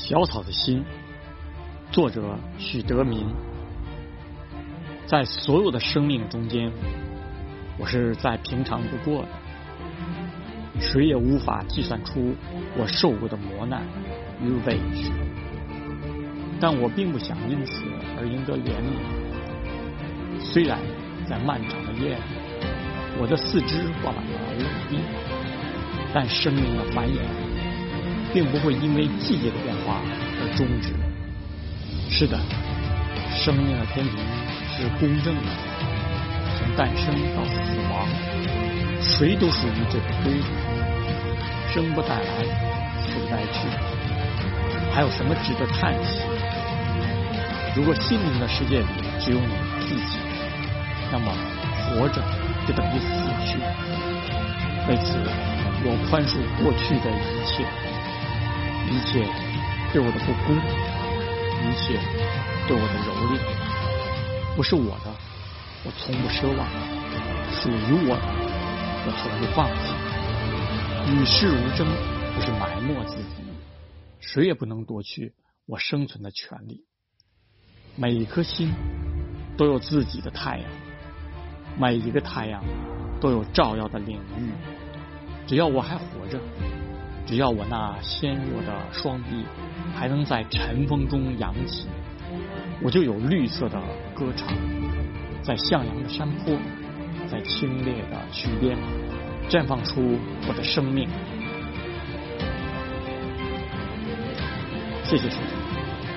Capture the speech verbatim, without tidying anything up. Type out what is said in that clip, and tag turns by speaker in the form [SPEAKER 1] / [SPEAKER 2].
[SPEAKER 1] 小草的心，作者许德民。在所有的生命中间，我是再平常不过的，谁也无法计算出我受过的磨难与委屈，但我并不想因此而赢得怜悯。虽然在漫长的夜里，我的四肢挂满了冷冰，但生命的繁衍并不会因为季节的变化而终止。是的，生命的天平是公正的，从诞生到死亡，谁都属于这个规律。生不带来，死不带去，还有什么值得叹息？如果心灵的世界里只有你自己，那么活着就等于死去。为此，我宽恕过去的一切，一切对我的不公，一切对我的蹂躏。不是我的，我从不奢望；属于我的，我从不放弃。与世无争，不是埋没自己，谁也不能夺去我生存的权利。每一颗心都有自己的太阳，每一个太阳都有照耀的领域。只要我还活着，只要我那纤弱的双臂还能在晨风中扬起，我就有绿色的歌唱，在向阳的山坡，在清冽的渠边绽放出我的生命。谢谢收听。